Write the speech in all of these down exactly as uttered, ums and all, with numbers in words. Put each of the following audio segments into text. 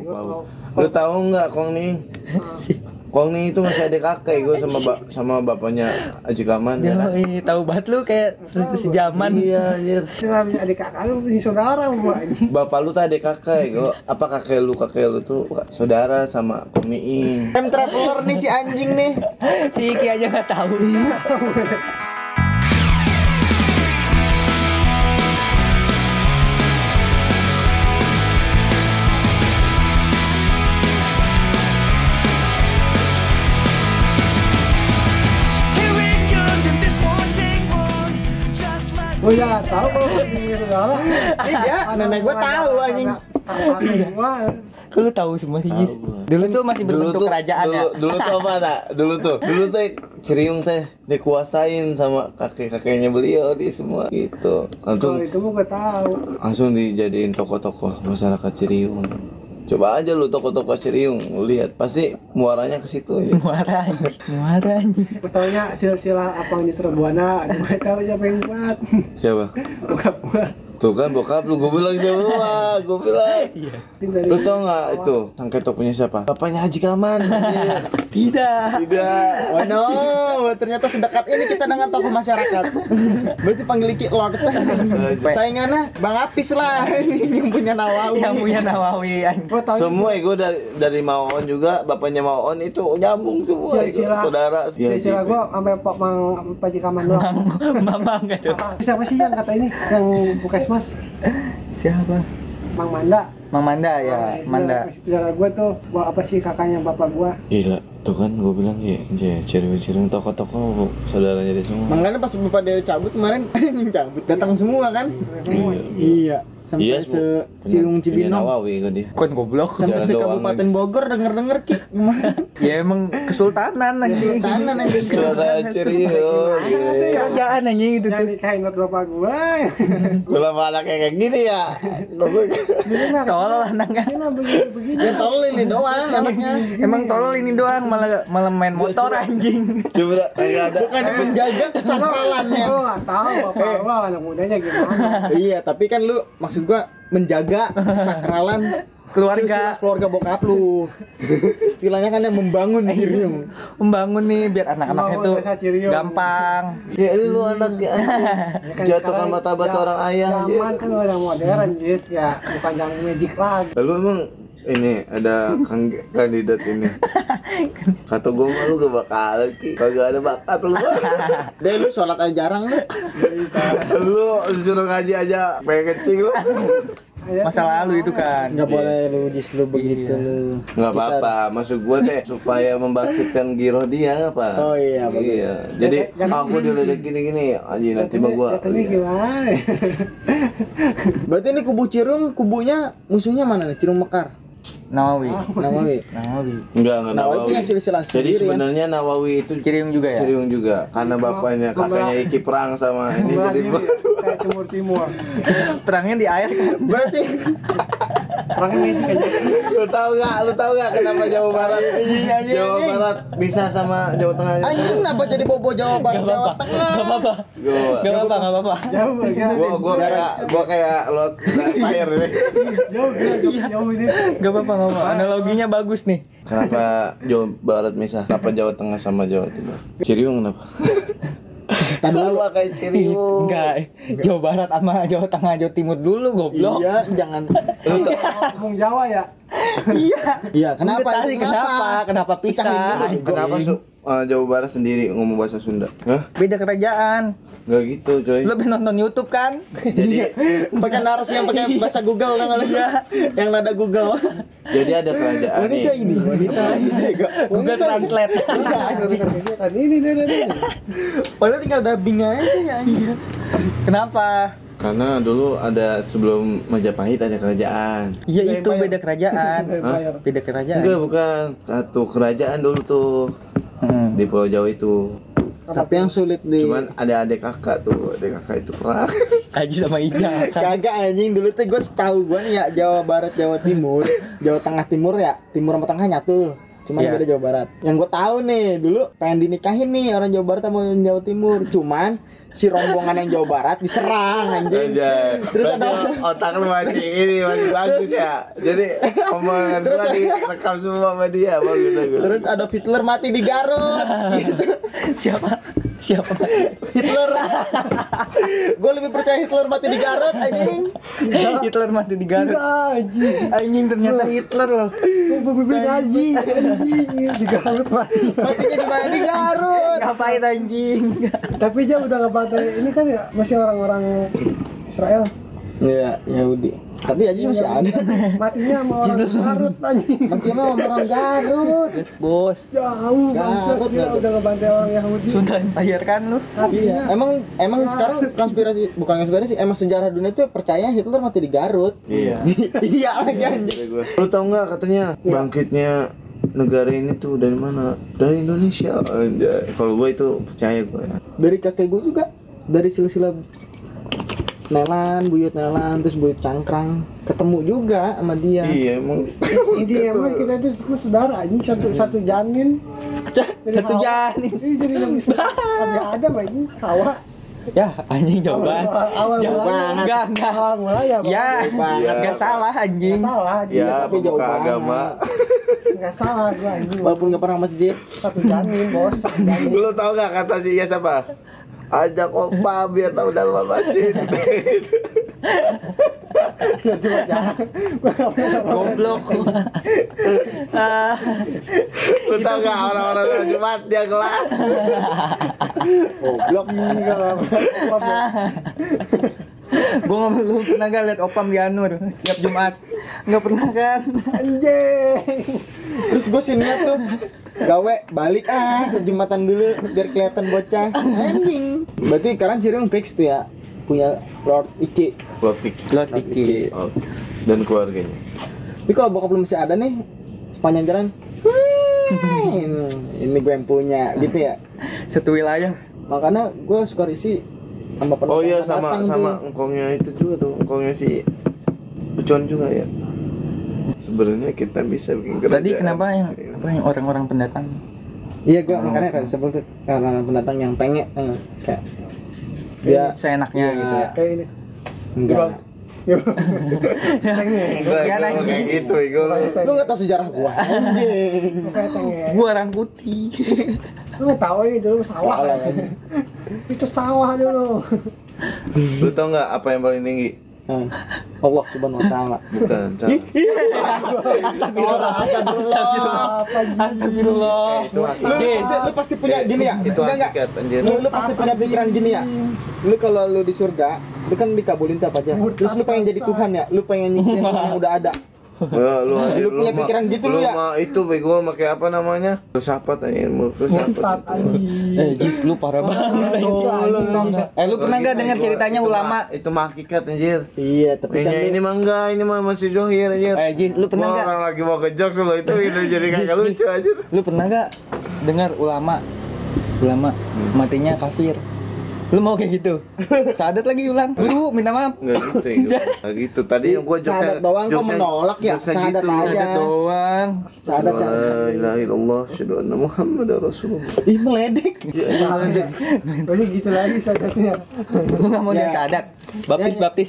Laut. Lu tahu nggak Kong nih? Kong nih itu masih adik kakek gue sama ba- sama bapaknya Aji Kaman ya kan? Ini tahu banget lu kayak se- sejaman. Iya anjir. Cuma adik kakak lu punya saudara gua anjing. Bapak lu tuh adik kakek gue. Apa kakek lu kakek lu tuh saudara sama Kong Miing. Time traveler nih si anjing nih. Si Iki aja nggak tahu. Oh ya, tahu kalau punya saudara. Iya, nenek gua tahu anjing. Kakak gua. Kok lu tahu semua sih, Jis? Dulu tuh masih berbentuk kerajaan dulu, ya. Dulu tuh apa tak? Dulu tuh, dulu tuh Ciriung teh dikuasain sama kakek-kakeknya beliau di semua gitu. Langsung Kalau itu gua tahu. langsung dijadiin tokoh-tokoh masyarakat Ciriung. Coba aja lu tokoh-tokoh Ciriung, lu lihat pasti muaranya ke situ ya. Muara anjing. Muara anjing. Gua taunya silsilah Apang Justru Buana. Gua tahu siapa yang buat. Siapa? Bokap gua. Tuh kan bokap lu, gue bilang siapa? Gue bilang. Iya. Lu tau nggak itu Sangketo punya siapa? Bapaknya Haji Kaman. Tidak. Tidak. Oh no, ternyata sedekat ini kita dengan tokoh masyarakat. Berarti panggil Iki Lord. Saingannya Bang Apis lah, yang punya Nawawi. Yang punya Nawawi. Gua tahu Semua gue dari dari Maon juga, bapaknya Maon itu nyambung semua. Silsilah- Saudara. silsilah gua sampai Pak Mang Paji Kaman doang. Mamang gitu. Apa? Siapa sih yang kata ini yang Puskesmas? Siapa? Mang Manda. Mang Manda ya, Manda. Saudara gua tuh, gua apa sih kakaknya bapak gua? Gila, tuh kan gue bilang ya, ya Ciriung-Ciriung tokoh-tokoh saudaranya dia semua. Makanya pas bapak dari cabut kemarin anjing cabut datang semua kan? Iya. Sampai Iya, se punya- Ciriung punya Cibinong. Nawawi gue dia. Kon goblok sampai Jalan se doang Kabupaten lagi. Bogor denger-denger Ki. Gimana? Ya emang kesultanan anjing. Kesultanan anjing. Saudara Ciriung. Kerajaan anjing itu Yang tuh. nikahin buat bapak gua. Kalau anaknya kayak gini ya. Jadi mah Tolol anak kan. kenapa begini begini? Ya tolol ini doang anaknya. Emang tolol ini doang malah malah main motor anjing. Coba kagak ada. Bukan penjaga kesakralannya. Gua nggak tahu bapak gua anak mudanya gimana. Iya, tapi kan lu maksud gua menjaga kesakralan keluarga keluarga bokap lu. Istilahnya kan yang membangun nih, Ciriung. Membangun nih biar anak-anaknya Membangun tuh desa Ciriung. gampang. Ya lu anaknya jatuhkan martabat seorang ayah aja. Zaman kan udah modern, Jis. Ya, bukan zaman magic lagi. Lalu emang ini ada kang- kandidat ini. Kata gue mah lu gak bakalan Ki. Kagak ada bakat lu. Deh lu sholat aja jarang lu. Lu disuruh ngaji aja pengen kecil lu. Masa lalu itu kan. Nggak boleh lu Jis lu begitu lu. Nggak apa-apa, maksud gue teh supaya membangkitkan giroh dia apa? Oh iya, bagus. Iya. Jadi aku diledek gini-gini, anjing nanti mah gua. Jatuhnya gimana? Berarti ini kubu Ciriung, kubunya musuhnya mana nih? Ciriung Mekar. Nawawi. Nawawi. Nawawi. Enggak, enggak Nawawi Nawawi. punya silsilah Jadi sendiri, ya? sebenarnya Nawawi itu Ciriung juga ya? Ciriung juga, karena bapaknya kakaknya Iki perang sama ini Belah jadi diri, kayak Timur Timur. Perangnya di air kan. Berarti Orangnya magic aja. lu tahu nggak? Lu tahu nggak kenapa Jawa Barat? Jawa Barat bisa sama Jawa Tengah? anjing kenapa jadi bobo Jawa Barat Jawa Tengah? Enggak apa-apa. Gua, Enggak apa-apa, enggak apa-apa. Jauh banget. gua, gua kayak, gua kayak Lord Vampire ini. Jauh, jauh, jauh ini. Enggak apa-apa, enggak apa-apa. Analoginya bagus nih. Kenapa Jawa Barat misah? Kenapa Jawa Tengah sama Jawa Timur? Ciriung kenapa? Sama kayak Ciriung. Enggak. Jawa Barat sama Jawa Tengah, Jawa Timur dulu goblok. Iya, jangan. Lu tau- Ngomong Jawa ya. Iya. Iya, kenapa? Tadi kenapa? Kenapa pisah? Kenapa su uh, Jawa Barat sendiri ngomong bahasa Sunda? Hah? Beda kerajaan. Gak gitu coy. Lu lebih nonton YouTube kan? Jadi Pakai narasi yang pakai bahasa Google kan lu ya? Yang nada Google. jadi ada kerajaan nih. ini, wanita ini. Google Translate. Tadi ini, ini, ini. Padahal tinggal dubbing aja ya anjir. Kenapa? Karena dulu ada sebelum Majapahit ada kerajaan. Iya itu beda kerajaan. Hah? Beda kerajaan. Enggak, bukan. Satu kerajaan dulu tuh Hmm. di Pulau Jawa itu. Tapi yang sulit di Cuman ada adik kakak tuh, adik kakak itu perang. Kaji sama Ija. Kagak anjing dulu tuh gue setahu gue nih ya Jawa Barat, Jawa Timur, Jawa Tengah Timur ya, Timur sama Tengah nyatu. cuman Iya. beda Jawa Barat. Yang gue tahu nih, dulu pengen dinikahin nih orang Jawa Barat sama orang Jawa Timur, cuman si rombongan yang Jawa Barat diserang anjing. Anjay. Terus Berarti ada otak lu masih ini masih bagus ya. Jadi omongan Terus gua direkam semua sama dia, bagus bagus. terus Adolf Hitler mati di Garut. Gitu. Siapa? Siapa? Hitler. Gue lebih percaya Hitler mati di Garut anjing. Hitler mati di Garut. Anjing. Anjing ternyata Hitler loh. Pemimpin Nazi. Anjing. Di Garut mati. Matinya di mana? Di Garut. Ngapain anjing? Tapi dia udah ngebantai. Ini kan ya masih orang-orang Israel. Iya, Yahudi. Tapi aja masih ada. Matinya sama orang Garut anjing. Masih mau orang Garut. Bos. Jauh bangsat Garut dia nggak tuh? udah ngebantai orang Yahudi. Sunda Empire kan lu. Matinya. Emang emang sekarang konspirasi bukan konspirasi, emang sejarah dunia tuh percaya Hitler mati di Garut. Iya. Iya lagi anjing. Kata gua. Lu tau nggak katanya bangkitnya negara ini tuh dari mana? Dari Indonesia. Anjay. Kalau gua itu percaya gua ya. Dari kakek gue juga, dari silsilah Nelan, Buyut Nelan, terus Buyut Cangkrang, ketemu juga sama dia. Iya emang. Ini emang kita itu semua saudara anjing satu satu janin. Dari Satu Hawa. janin. Ini jadi lebih lebih ada anjing Hawa. Ya, anjing jawaban. Awal awal Jauh mulanya. banget. Enggak, enggak. Awal mulanya ya, Bang. Ya, Iya. enggak salah anjing. Nggak salah anjing. Ya tapi jauh pemuka banget. agama. Nggak salah gua anjing. Walaupun nggak pernah masjid. Satu janin bos, satu janin. Lu tau gak kata si Iya siapa? Ajak opa biar tahu dalam basin. Ya cuma jangan. Gua nggak pernah sama. Goblok. Ah, Lu tau gak orang-orang sholat Jumat dia kelas? Goblok. Nggak nggak pernah. gua nggak lu pernah gak liat Opam Gianur tiap Jumat? Nggak pernah kan? Anjing. Terus gue sih niat tuh gawe balik ah Jumatan dulu biar kelihatan bocah. Anjing. Berarti sekarang Ciriung fix tuh ya punya Lord Iki. Plotik. Lot Iki. Oke. Dan keluarganya. Tapi kalau bokap lu masih ada nih sepanjang jalan, "Hmm, ini gue yang punya gitu ya. Satu wilayah. Makanya gue suka risih sama Oh iya pendatang sama datang sama tuh. engkongnya itu juga tuh, engkongnya si Ucon juga ya. Sebenarnya kita bisa bikin kerajaan. Tadi kenapa yang apa yang orang-orang pendatang? Iya gue makanya kan sebel tuh karena pendatang yang tengek eh, kayak dia Seenaknya Iya. gitu ya. Kayak ini. enggak. Iya, Gua kayak gitu, gue. Lu nggak tahu sejarah gua anjing. Kayak tengek. Gua orang putih. Lu nggak tahu ini dulu sawah. Salah, Itu sawah dulu. Lu tau nggak apa yang paling tinggi? Hmm. Allah subhanahu wa ta'ala. Bukan, salah. Astagfirullah. Astagfirullah. Apa anjing? Astagfirullah. Eh, itu hati. Lu, lu, lu pasti punya gini ya? Itu Enggak enggak. hakikat anjir. Lu, lu pasti punya pikiran gini ya? Lu kalau lu di surga, lu kan dikabulin tuh apa aja. Terus lu pengen jadi Tuhan ya? Lu pengen nyiptain Tuhan yang udah ada. Ya, lu anjir, Lu punya mah- pikiran gitu lu ya? mah itu bego mah pakai apa namanya? Filsafat anjir, mau filsafat. Murtad itu. anjing. Eh, Jis, lu parah banget. Eh, lu pernah nggak dengar ceritanya Itu ulama? mah- Itu mah hakikat anjir. Iya, tapi kan Ini lu- ini mah enggak, ini mah masih zohir anjir. Eh, Jis, lu pernah Gua nggak? orang lagi mau ke jokes lo itu ini jadi kagak lucu anjir. Lu pernah nggak dengar ulama? Ulama matinya kafir. Lu mau kayak gitu? Sadat lagi ulang. Guru, minta maaf. Enggak gitu ya. Enggak gitu. Tadi yang gua jokesnya Sahadat doang kok jokesnya- menolak ya? jokesnya Sahadat gitu. aja. Sadat doang. Sahadat La sahadat. ilaha illallah, asyhadu anna Muhammadar Rasulullah. Ih, meledek. Terus gitu lagi sadatnya. Lu nggak mau Ya. dia sadat? Baptis, Ya, ya. baptis.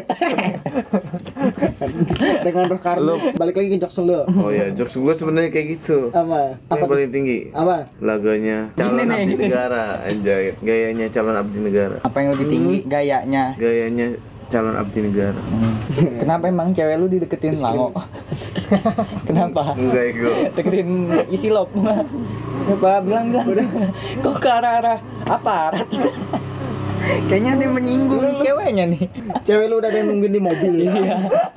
Dengan roh karno. Balik lagi ke jokes lu. Oh ya, jokes gua sebenarnya kayak gitu. Apa? Yang Apa? paling tinggi. Apa? Laganya calon Gini nih, abdi gini. negara, anjay. Gayanya calon abdi negara. Apa yang lebih tinggi? Gayanya. Gayanya calon abdi negara. Kenapa emang cewek lu dideketin Lango? Kenapa? Enggak ego. Deketin isi lop. Siapa bilang bilang? Kok ke arah-arah aparat? Kayaknya dia menyinggung ceweknya nih. Cewek lu udah ada yang nungguin di mobil. Iya.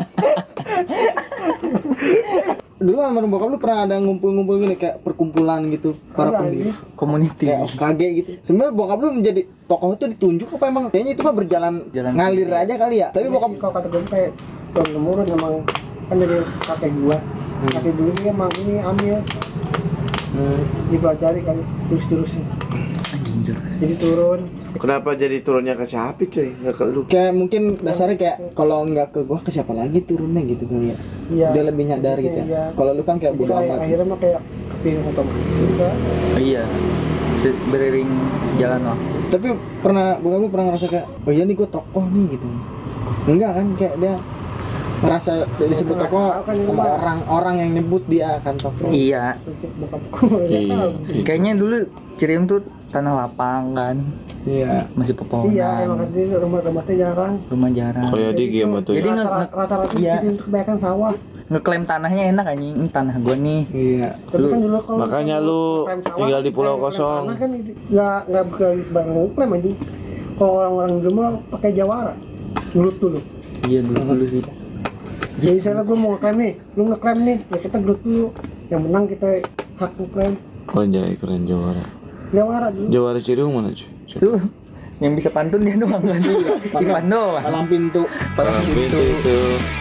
Dulu sama bokap lu pernah ada ngumpul-ngumpul gini kayak perkumpulan gitu para Ada, pendiri. anjing. Community. Kayak O K G gitu. Sebenarnya bokap lu menjadi tokoh itu ditunjuk apa emang kayaknya itu mah berjalan Jalan ngalir sendiri. aja kali ya. Tapi Tapi bokap kalau kata gue kayak turun temurun emang kan dari kakek gua. Kakek dulu ini emang ini ambil hmm. dipelajari kali terus-terusnya. Anjing jurus. Jadi turun. Kenapa jadi turunnya ke siapa cuy? Enggak ke lu. kayak mungkin dasarnya kayak kalau nggak ke gua ke siapa lagi turunnya gitu kali ya. Iya. Dia lebih nyadar gitu ya. Iya. Kalau lu kan kayak Jadi bodo kayak amat. akhirnya mah kayak tapi otomatis juga. Oh, iya. Se- beriring sejalan waktu. Tapi pernah bukan lu pernah ngerasa kayak oh iya nih gue tokoh nih gitu. Enggak kan kayak dia ngerasa dia disebut Nggak tokoh tahu kan ini sama mah. orang-orang yang nyebut dia akan tokoh. Iya. Prinsip bokapku nggak Iya. tahu. Kayaknya dulu Ciriung tuh tanah lapang kan. Iya. Masih pepohonan. Iya, emang kan ini rumah-rumah teh jarang. Rumah jarang. Kayak di game tuh Jadi ya. nge- Rata- rata-rata iya. jadi untuk kebanyakan sawah. Ngeklaim tanahnya enak anjing. Ini tanah gua nih. Iya. Tapi Lu- kan dulu kalau Makanya lu klaim sawah, tinggal di pulau klaim- klaim kosong. tanah kan itu nggak nggak berkali sembarangan klaim aja. Kalau orang-orang dulu mah pakai jawara, gelut dulu. Iya dulu dulu sih. Jadi misalnya gue mau ngeklaim nih, lu ngeklaim nih, ya kita gelut dulu. Yang menang kita hak ngeklaim Anjay keren Jawara. jawara dulu. Jawara Ciriung mana cuy? Tuh yang bisa pantun dia doang kan. Ipan doang. Palang pintu. Palang Palang pintu pintu. itu